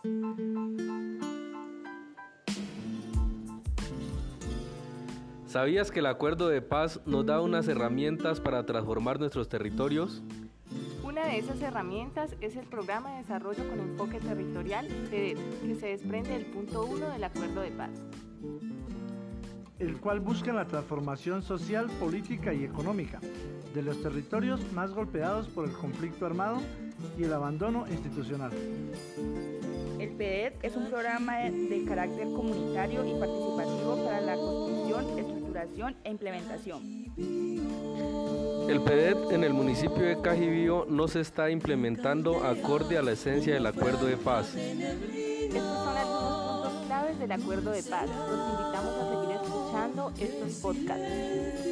¿Sabías que el Acuerdo de Paz nos da unas herramientas para transformar nuestros territorios? Una de esas herramientas es el Programa de Desarrollo con Enfoque Territorial, PDET, que se desprende del punto 1 del Acuerdo de Paz, el cual busca la transformación social, política y económica de los territorios más golpeados por el conflicto armado y el abandono institucional. El PDET es un programa de carácter comunitario y participativo para la construcción, estructuración e implementación. El PDET en el municipio de Cajibío no se está implementando acorde a la esencia del Acuerdo de Paz. Estos son algunos puntos claves del Acuerdo de Paz. Los invitamos a seguir escuchando estos podcasts.